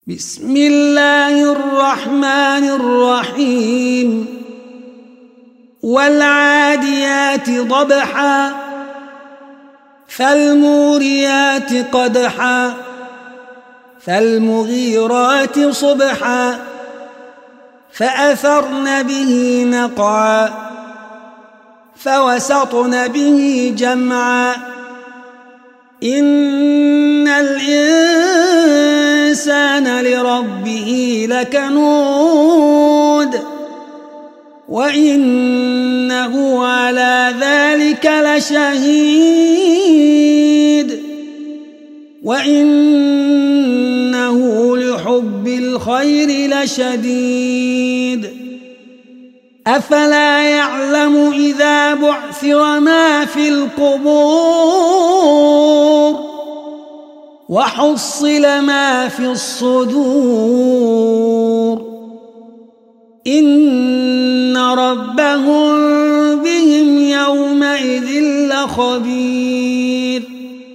بسم الله الرحمن الرحيم والعاديات ضبحا فالموريات قدحا فالمغيرات صبحا فأثرن به نقعا فوسطن به جمعا إن الإنسان لربه لكنود وإنه على ذلك لشهيد وإنه لحب الخير لشديد أفلا يعلم إذا بعثر ما في القبور وحصل ما في الصدور إن ربهم بهم يومئذ لخبير